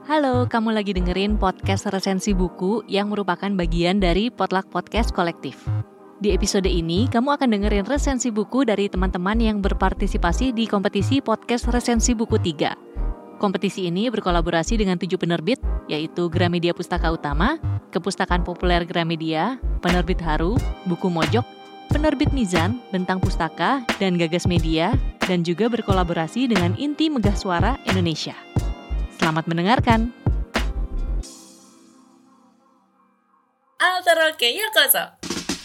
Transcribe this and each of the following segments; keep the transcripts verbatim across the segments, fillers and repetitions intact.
Halo, kamu lagi dengerin podcast resensi buku yang merupakan bagian dari Potluck Podcast Kolektif. Di episode ini, kamu akan dengerin resensi buku dari teman-teman yang berpartisipasi di kompetisi podcast resensi buku tiga. Kompetisi ini berkolaborasi dengan tujuh penerbit, yaitu Gramedia Pustaka Utama, Kepustakaan Populer Gramedia, Penerbit Haru, Buku Mojok, Penerbit Mizan, Bentang Pustaka, dan Gagas Media, dan juga berkolaborasi dengan Inti Megah Suara Indonesia. Selamat mendengarkan. Altaroke yokoso.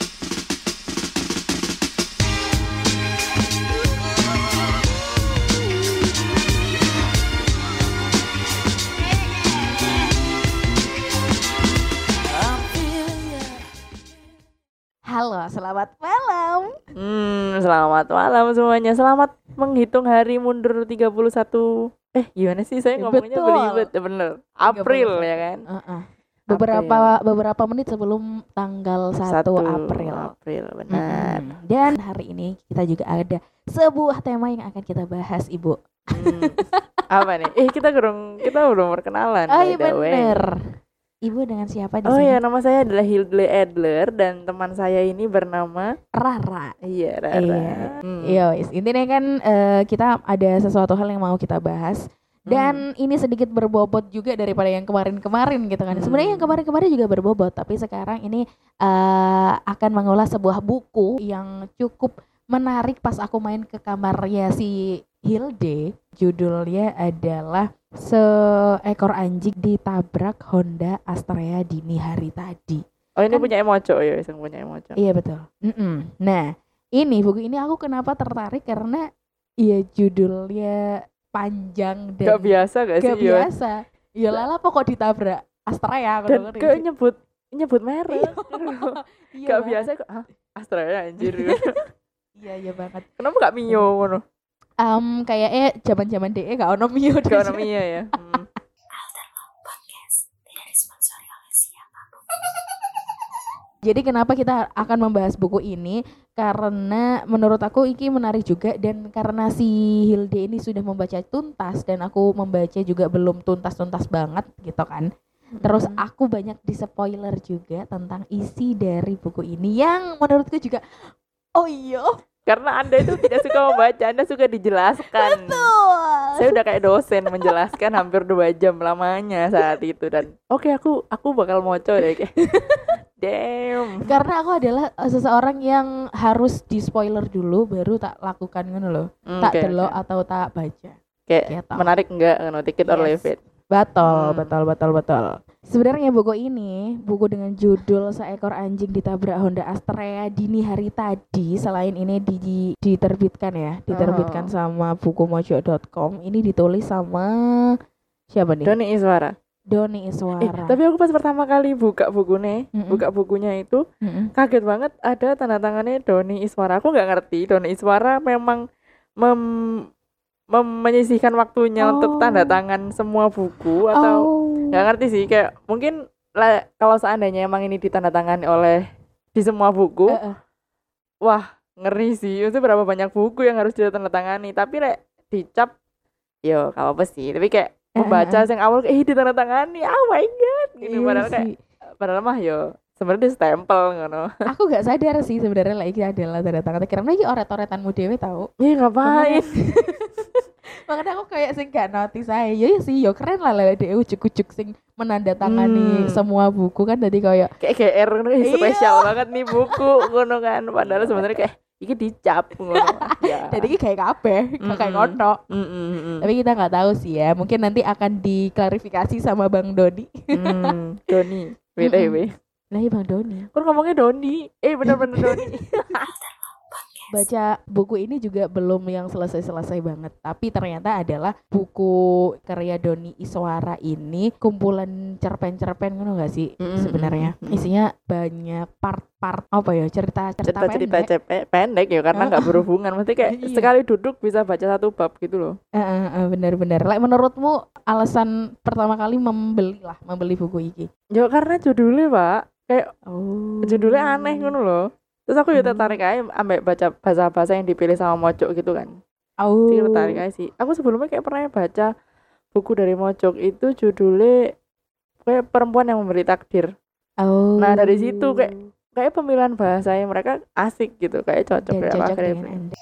Halo, selamat malam. Hmm, selamat malam semuanya. Selamat menghitung hari mundur tiga puluh satu. Eh, gimana sih saya ngomongnya Betul. belibet, ya bener. April ya kan? Uh-uh. Beberapa April. beberapa menit sebelum tanggal satu April. April, benar. Hmm. Dan hari ini kita juga ada sebuah tema yang akan kita bahas, Ibu. Hmm. Apa nih? Eh, kita belum kita belum perkenalan. Oh by iya the way. bener. Ibu dengan siapa di Oh sini? ya, nama saya adalah Hilde Adler dan teman saya ini bernama Rara. Iya, Rara. Iya. Hmm. Iya, wis. Intinya kan eh, kita ada sesuatu hal yang mau kita bahas. Dan Hmm. ini sedikit berbobot juga daripada yang kemarin-kemarin gitu kan. Hmm. Sebenarnya yang kemarin-kemarin juga berbobot, tapi sekarang ini eh, akan mengulas sebuah buku yang cukup menarik pas aku main ke kamarnya si Hilde. Judulnya adalah Seekor Anjing Ditabrak Honda Astrea Dini Hari Tadi. Oh, ini Kan- punya Emoco ya, yang punya Emoco. Iya betul. Mm-mm. Nah, ini buku ini aku kenapa tertarik karena ya judulnya panjang dan Gak biasa gak sih? gak Yon? biasa. Ya lala kok ditabrak Astrea aku Dan denger gak gitu. nyebut nyebut merek. Iya, Gak Bang. biasa kok. Hah? Astra anjir. Iya iya banget. Kenapa gak Mio ngono? Um, kayaknya zaman-zaman D E gak ono Mio deh. Gak ono Mio ya. Hmm. Jadi kenapa kita akan membahas buku ini? Karena menurut aku ini menarik juga, dan karena si Hilde ini sudah membaca tuntas dan aku membaca juga belum tuntas-tuntas banget gitu kan. Terus Hmm. aku banyak di spoiler juga tentang isi dari buku ini yang menurutku juga oh iya Karena Anda itu tidak suka membaca, Anda suka dijelaskan. betul. Saya udah kayak dosen menjelaskan hampir dua jam lamanya saat itu, dan oke aku aku bakal moco deh kayak. Damn. Karena aku adalah uh, seseorang yang harus di spoiler dulu baru tak lakukan ngono loh. Hmm, Tak oke, delok oke. atau tak baca. Kayak Gitu. menarik enggak ngono, take it or Yes. leave it. Betul, Hmm. betul, betul, betul. Sebenarnya buku ini, buku dengan judul Seekor Anjing Ditabrak Honda Astrea Dini Hari Tadi, selain ini di, diterbitkan ya, diterbitkan Oh. sama bukumojo dot com. Ini ditulis sama siapa nih? Doni Iswara. Doni Eh, Iswara. tapi aku pas pertama kali buka bukunya, Mm-mm. buka bukunya itu Mm-mm. kaget banget ada tanda tangannya Doni Iswara. Aku nggak ngerti Doni Iswara memang mem- mem- menyisihkan waktunya Oh. untuk tanda tangan semua buku atau Oh. nggak ngerti sih, kayak mungkin lah, kalau seandainya emang ini ditandatangani oleh di semua buku, Eh, eh. wah ngeri sih. Itu berapa banyak buku yang harus ditandatangani, tapi lek dicap yo gak apa sih, tapi kayak Eh, membaca eh, eh. yang awal eh ditandatangani, oh my god gitu. Iya Padahal kayak sih. padahal mah yo sebenarnya di stempel ngono. Aku gak sadar sih sebenarnya lah ini adalah tanda tangan. Karena ini oret-oretanmu dewe tahu. Iya ngapain? Makanya aku kayak sing gak notice aja. Ya ya sih, yo keren lah lewat dia ujuk-ujuk sing menandatangani Hmm. semua buku kan tadi kayak Kayak G R ngono, ih, Iya. spesial banget nih buku ngono kan. Padahal sebenarnya kayak iki dicap ngono. Ya. jadi ini kayak kabeh, gak kayak Mm-mm. kontok. Mm, mm, mm. Tapi kita nggak tahu sih ya. Mungkin nanti akan diklarifikasi sama Bang Doni. Hmm, Doni. W T W. Nah, iya Bang Doni. Kok ngomongnya Doni? Eh bener-bener Doni. Baca buku ini juga belum yang selesai-selesai banget, tapi ternyata adalah buku karya Doni Iswara ini kumpulan cerpen-cerpen ngono gak sih Mm, sebenarnya. mm, mm, mm. Isinya banyak part-part apa ya, cerita-cerita Cerita-cerita pendek. cepet pendek ya karena nggak berhubungan. Mesti kayak Iya. sekali duduk bisa baca satu bab gitu loh. Eh, eh, eh, benar-benar. Like, menurutmu alasan pertama kali membeli lah, membeli buku ini? Ya karena judulnya Pak, kayak Oh. judulnya aneh ngono loh. Terus aku juga Hmm. tertarik aja ambek baca bahasa-bahasa yang dipilih sama Mojok gitu kan. Oh. Jadi tertarik aja sih. Aku sebelumnya kayak pernah baca buku dari Mojok itu judulnya kayak Perempuan yang Memberi Takdir. Oh. Nah dari situ kayak kayak pemilihan bahasanya mereka asik gitu, kayak cocok Dan kayak cocok akhirnya. dengan Anda.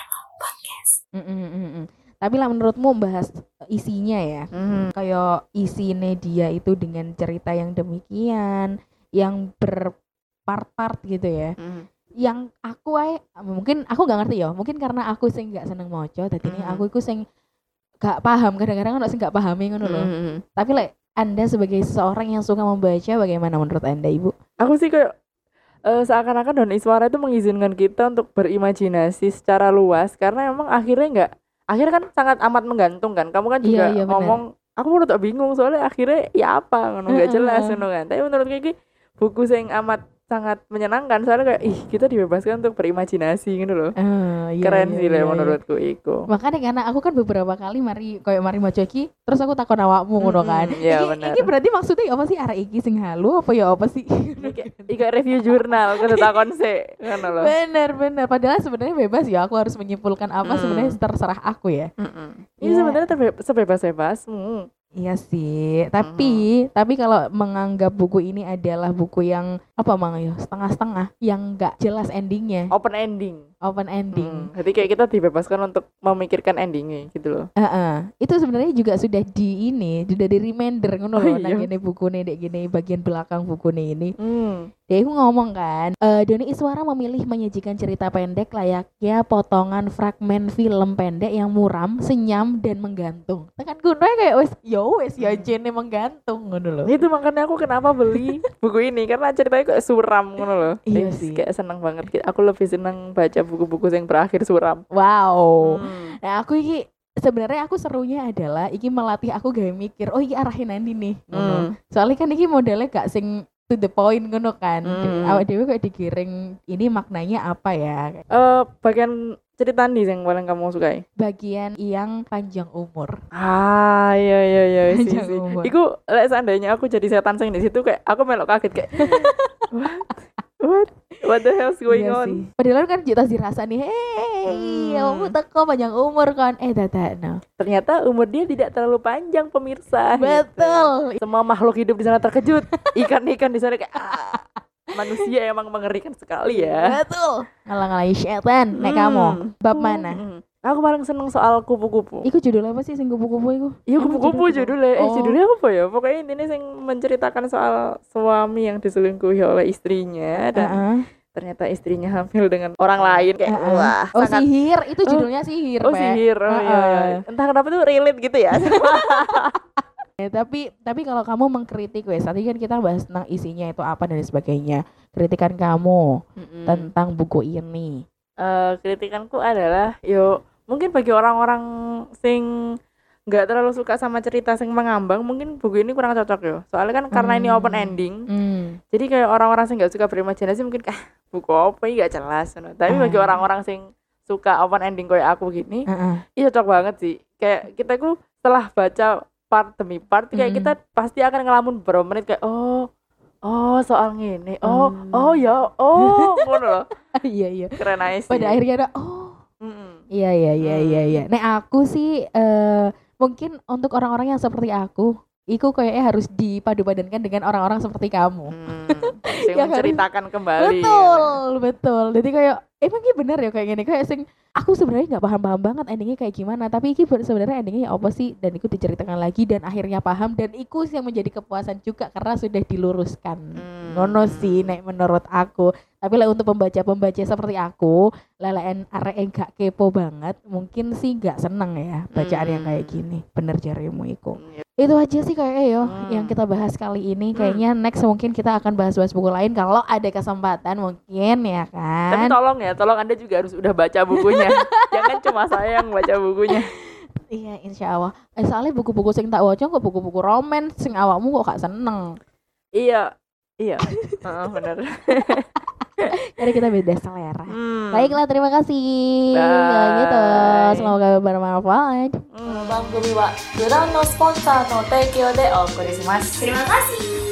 Mm, mm, mm, mm. Tapi lah menurutmu bahas isinya ya, Hmm. kayak isinya dia itu dengan cerita yang demikian, yang berpart-part gitu ya. Hmm. Yang aku ae mungkin aku nggak ngerti ya, mungkin karena aku sing nggak seneng moco, jadi ini Hmm. aku iku sing gak paham, kadang-kadang ono sing gak pahami ngono loh. Hmm. Tapi like Anda sebagai seseorang yang suka membaca, bagaimana menurut Anda, Ibu? Aku sih kayak eh, seakan-akan Dona Iswara itu mengizinkan kita untuk berimajinasi secara luas, karena emang akhirnya nggak, akhirnya kan sangat amat menggantung kan. Kamu kan juga Iya, iya, benar. ngomong, aku menurut tak bingung soalnya akhirnya ya apa, ngono nggak jelas Heeh. ngono kan. Tapi menurut kayak buku yang amat sangat menyenangkan soalnya kayak ih kita dibebaskan untuk berimajinasi gitu loh. Eh, iya, Keren iya, sih iya, lah iya. menurutku iku. Makanya karena aku kan beberapa kali mari koyo mari maca iki, terus aku takon awakmu ngono Mm-mm, kan. iya, Iki- bener. iki berarti maksudnya apa sih arek iki sing halu apa ya apa sih? Ini kayak ika review jurnal kudu takon sik ngono loh. Bener bener. Padahal sebenarnya bebas ya, aku harus menyimpulkan apa Hmm. sebenarnya terserah aku ya. Mm-mm. Ini Iya. sebenarnya terbe- sebebas-bebasmu. Iya sih. Tapi tapi kalau menganggap buku ini adalah buku yang apa mang ya setengah-setengah, yang nggak jelas endingnya, Open ending. open ending. Hmm, jadi kayak kita dibebaskan untuk memikirkan endingnya gitu loh. Heeh. Itu sebenarnya juga sudah di ini, sudah di reminder ngono Oh, loh, iya. nang gini buku nih, gini bagian belakang buku nih ini. Hmm. Dia itu ngomong kan, eh Doni Iswara memilih menyajikan cerita pendek layaknya potongan fragmen film pendek yang muram, senyam dan menggantung. Tekan kuno kayak wes yo wes ya jene menggantung ngono loh. Itu makanya aku kenapa beli buku ini, karena ceritanya kayak suram ngono loh. Iya Eh, sih. Kayak seneng banget. Aku lebih seneng baca buku-buku yang berakhir suram. Wow. Hmm. Nah aku iki sebenarnya aku serunya adalah iki melatih aku gaya mikir, oh iki arahin nanti nih. Ngono. Hmm. Soalnya kan iki modelnya gak sing to the point ngono kan. Hmm. Awak dewe kayak digiring ini maknanya apa ya? Eh, bagian cerita nih yang paling kamu sukai? Bagian yang panjang umur. Ah iya iya iya sih Panjang sih. umur. Iku lek seandainya aku jadi setan sing di situ kayak aku melok kaget kayak what what what the hell's going Iya on? sih. Padahal kan kita dirasa nih, hei, Hmm. kamu teko panjang umur kan? Eh, dadak no. Ternyata umur dia tidak terlalu panjang pemirsa. gitu. Betul. Semua makhluk hidup di sana terkejut. Ikan-ikan di sana kayak ah, manusia emang mengerikan sekali ya. Betul. Ngalang-ngalangi setan, nek kamu. Bab mana? Hmm. Aku paling seneng soal kupu-kupu. Iku judulnya apa sih sing kupu-kupu iku? Iya Emang kupu-kupu judulnya. Eh Oh. judulnya apa ya? Pokoknya intinya yang menceritakan soal suami yang diselingkuhi oleh istrinya dan Heeh. ternyata istrinya hamil dengan orang lain kayak Heeh. wah Oh, sangat sihir, itu judulnya sihir, oh Pe. sihir oh iya, iya. Heeh. Entah kenapa tuh relate gitu ya. Ya, tapi tapi kalau kamu mengkritik wes, tadi kan kita bahas tentang isinya itu apa dan sebagainya. Kritikan kamu Mm-mm. tentang buku ini. Eh, kritikanku adalah yo mungkin bagi orang-orang sing nggak terlalu suka sama cerita sing mengambang mungkin buku ini kurang cocok yo soalnya kan karena ini Hmm. open ending Hmm. jadi kayak orang-orang sing nggak suka berimajinasi mungkin ah buku apa ini nggak jelas no. Tapi bagi Ah. orang-orang sing suka open ending kayak aku gini Heeh. iya cocok banget sih kayak kita ku setelah baca part demi part kayak Mm. kita pasti akan ngelamun beberapa menit kayak oh oh soal gini oh Hmm. oh ya oh ngono loh Iya iya. keren aja sih. Pada akhirnya ada oh Mm-mm. iya iya iya Hmm. iya iya. Nah aku sih eh mungkin untuk orang-orang yang seperti aku, iku kayaknya harus dipadu-padankan dengan orang-orang seperti kamu. Hmm, sing Yang harus- menceritakan kembali. Betul, betul. Jadi kayak emang ini bener ya kayak gini kayak sing aku sebenarnya nggak paham-paham banget endingnya kayak gimana, tapi iki ber- sebenarnya endingnya ya apa sih dan itu diceritakan lagi dan akhirnya paham dan itu yang menjadi kepuasan juga karena sudah diluruskan. Hmm. Ngono sih nek menurut aku. Tapi lah untuk pembaca-pembaca seperti aku, lelean arek yang gak kepo banget, mungkin sih gak seneng ya bacaan yang kayak Hmm. gini. Bener jarimu iku. Hmm, ya. Itu aja sih kayaknya yo Hmm. yang kita bahas kali ini. Hmm. Kayaknya next mungkin kita akan bahas-bahas buku lain kalau ada kesempatan mungkin ya Tapi kan. tolong ya, tolong Anda juga harus udah baca bukunya. Jangan cuma saya yang baca bukunya. Iya insya Allah. Eh soalnya buku-buku sing tak waca kok buku-buku roman sing awakmu kok gak seneng. Iya. Iya. Heeh, benar. Karena kita beda selera. Hmm. Baiklah terima kasih. Bye. Kalau gitu semoga bermanfaat. Hmm. 番組は無断のスポンサーの提供でお送りします。 terima kasih